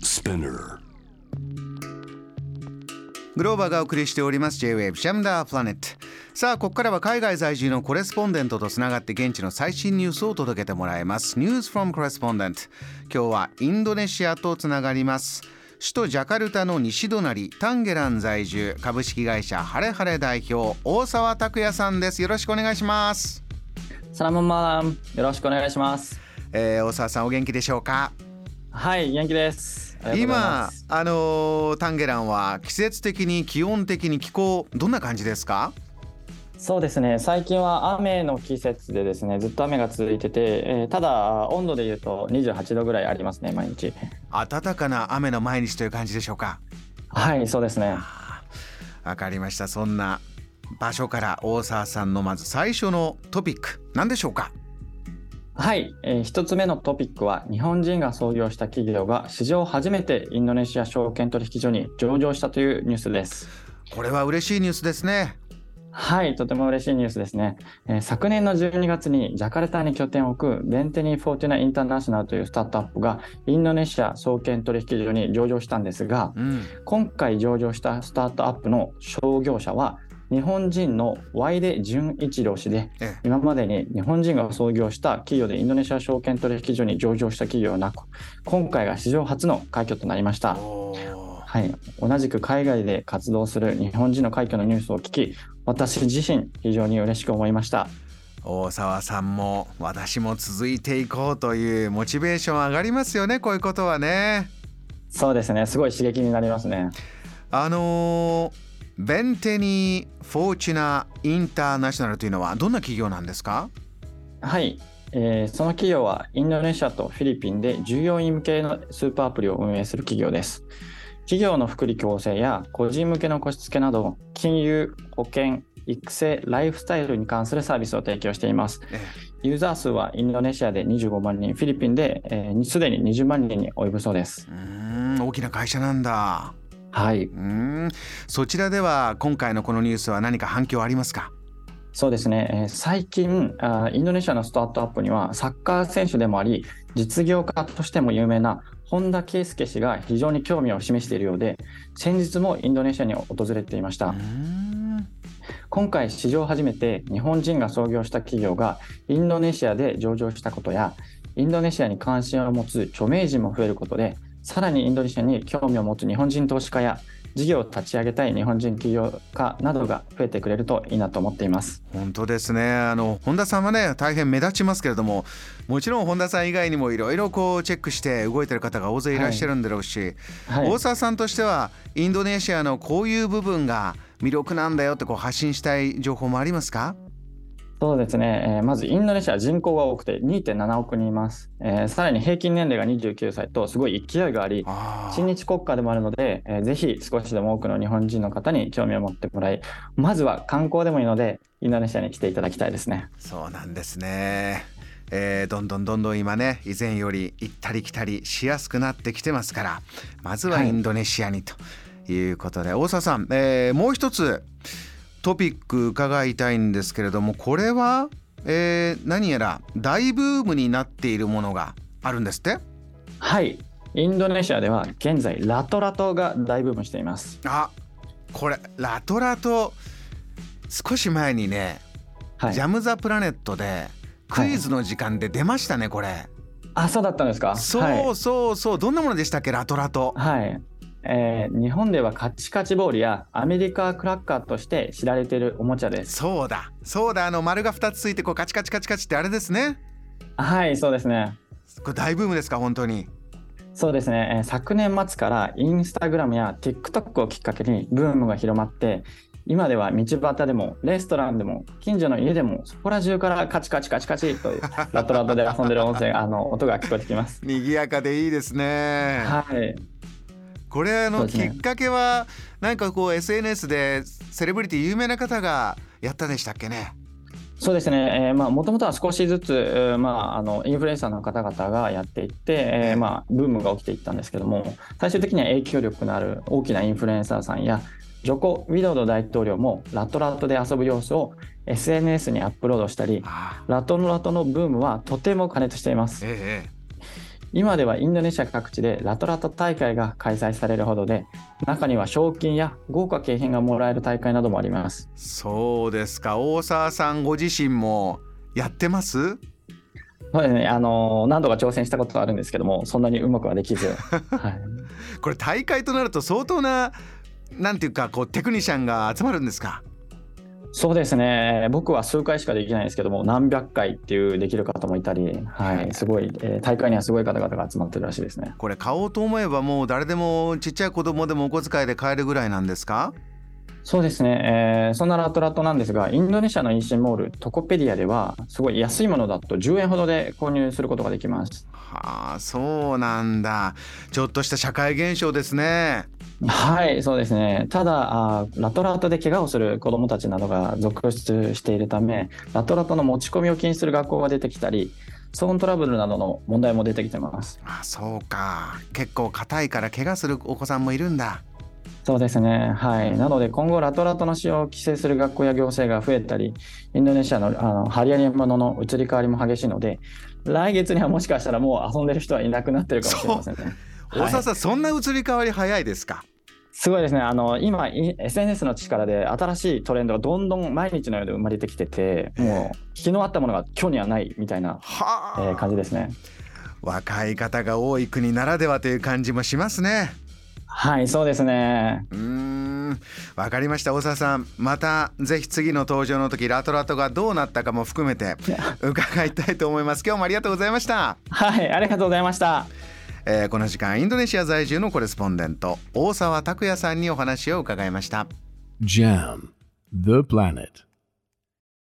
Spinner。 グローバーがお送りしております J-Wave ジャムダープラネット。さあここからは海外在住のコレスポンデントとつながって現地の最新ニュースを届けてもらいます。 News from Correspondent。 今日はインドネシアとつながります。首都ジャカルタの西隣タンゲラン在住株式会社ハレハレ代表大沢拓也さんです。よろしくお願いします。 サラマンマーン、よろしくお願いします。 大沢さんお元気でしょうか？ はい、元気です。 今タンゲランは季節的に気温的に気候どんな感じですか？ そうですね、最近は雨の季節でですね、ずっと雨が続いてて、ただ温度でいうと28度ぐらいありますね、毎日。 暖かな雨の毎日という感じでしょうか？ はい、そうですね。 わかりました。そんな場所から大沢さんのまず最初のトピック何でしょうか？ はい、一つ目のトピックは日本人が創業した企業が史上初めてインドネシア証券取引所に上場したというニュースです。 これは嬉しいニュースですね。 はい、とても嬉しいニュースですね。昨年の12月にジャカルタに拠点を置くベンテニー・フォーティナ・インターナショナルというスタートアップがインドネシア証券取引所に上場したんですが、今回上場したスタートアップの創業者は日本人のワイデ純一郎氏で、今までに日本人が創業した企業でインドネシア証券取引所に上場した企業はなく、今回が史上初の快挙となりました。はい、同じく海外で活動する日本人の快挙のニュースを聞き、私自身非常に嬉しく思いました。 大沢さんも私も続いていこうというモチベーション上がりますよね、こういうことはね。 そうですね、すごい刺激になりますね。 ベンテニー・フォーチュナ・インターナショナルというのはどんな企業なんですか？ はい、その企業はインドネシアとフィリピンで従業員向けのスーパーアプリを運営する企業です。企業の福利厚生や個人向けの貸付など金融、保険、育成、ライフスタイルに関するサービスを提供しています。ユーザー数はインドネシアで25万人、フィリピンですでに20万人に及ぶそうです。 大きな会社なんだ。 はい。 そちらでは今回のこのニュースは何か反響ありますか？ そうですね、最近インドネシアのスタートアップにはサッカー選手でもあり実業家としても有名な本田圭佑氏が非常に興味を示しているようで、先日もインドネシアに訪れていました。今回史上初めて日本人が創業した企業がインドネシアで上場したことや、インドネシアに関心を持つ著名人も増えることで、さらにインドネシアに興味を持つ日本人投資家や事業を立ち上げたい日本人起業家などが増えてくれるといいなと思っています。 本当ですね。本田さんはね大変目立ちますけれども、もちろん本田さん以外にもいろいろチェックして動いてる方が大勢いらっしゃるんだろうし、大沢さんとしてはインドネシアのこういう部分が魅力なんだよって発信したい情報もありますか？ そうですね、まずインドネシア人口が多くて 2.7 億人います。さらに平均年齢が29歳とすごい勢いがあり、親日国家でもあるので、ぜひ少しでも多くの日本人の方に興味を持ってもらい、まずは観光でもいいのでインドネシアに来ていただきたいですね。 そうなんですね。どんどん今ね以前より行ったり来たりしやすくなってきてますから、まずはインドネシアにということで、大沢さん、もう一つトピック伺いたいんですけれども、これは、何やら大ブームになっているものがあるんですって？ はい、インドネシアでは現在ラトラトが大ブームしています。 これラトラト少し前にね、ジャムザプラネットでクイズの時間で出ましたね、これ。 そうだったんですか？ そう、どんなものでしたっけ、ラトラト？ 日本ではカチカチボールやアメリカクラッカーとして知られているおもちゃです。 そうだ丸が2つついてカチカチってあれですね。 はい、そうですね。 これ大ブームですか？本当に。 そうですね、昨年末からインスタグラムや TikTok をきっかけにブームが広まって、今では道端でもレストランでも近所の家でもそこら中からカチカチというラトラトで遊んでる音が聞こえてきます。 賑やかでいいですね。これきっかけは何かSNS でセレブリティ有名な方がやったでしたっけね？ そうですね、もともとは少しずつ、インフルエンサーの方々がやっていって、ブームが起きていったんですけども、最終的には影響力のある大きなインフルエンサーさんやジョコ・ウィドド大統領もラトラトで遊ぶ様子を SNS にアップロードしたり、ラトのブームはとても過熱しています。 今ではインドネシア各地でラトラト大会が開催されるほどで、中には賞金や豪華景品がもらえる大会などもあります。 そうですか。大沢さんご自身もやってます？ そうですね、何度か挑戦したことはあるんですけども、そんなにうまくはできず、はい、 これ大会となると相当ななんていうかテクニシャンが集まるんですか？ そうですね、僕は数回しかできないんですけども、何百回っていうできる方もいたり、はい、すごい、大会にはすごい方々が集まってるらしいですね。 これ買おうと思えばもう誰でも、ちっちゃい子供でもお小遣いで買えるぐらいなんですか？ そうですね、そんなラトラトなんですが、インドネシアのインシンモールトコペディアではすごい安いものだと10円ほどで購入することができます。 はあ、そうなんだ。ちょっとした社会現象ですね。 はい、そうですね。ただラトラトで怪我をする子どもたちなどが続出しているため、ラトラトの持ち込みを禁止する学校が出てきたり、騒音トラブルなどの問題も出てきてます。 あ、そうか。結構硬いから怪我するお子さんもいるんだ。 そうですね、はい、なので今後ラトラトの使用を規制する学校や行政が増えたり、インドネシアのハリアリモノの移り変わりも激しいので、来月にはもしかしたらもう遊んでる人はいなくなってるかもしれませんね。 大沢さん、そんな移り変わり早いですか？ すごいですね。今 SNS の力で新しいトレンドがどんどん毎日のようで生まれてきてて、もう昨日あったものが今日にはないみたいな、感じですね。 若い方が多い国ならではという感じもしますね。 はい、そうですね。 わかりました。大沢さん、またぜひ次の登場の時ラトラトがどうなったかも含めて伺いたいと思います。今日もありがとうございました。 はい、ありがとうございました。 この時間インドネシア在住のコレスポンデント大沢拓也さんにお話を伺いました。 JAM The Planet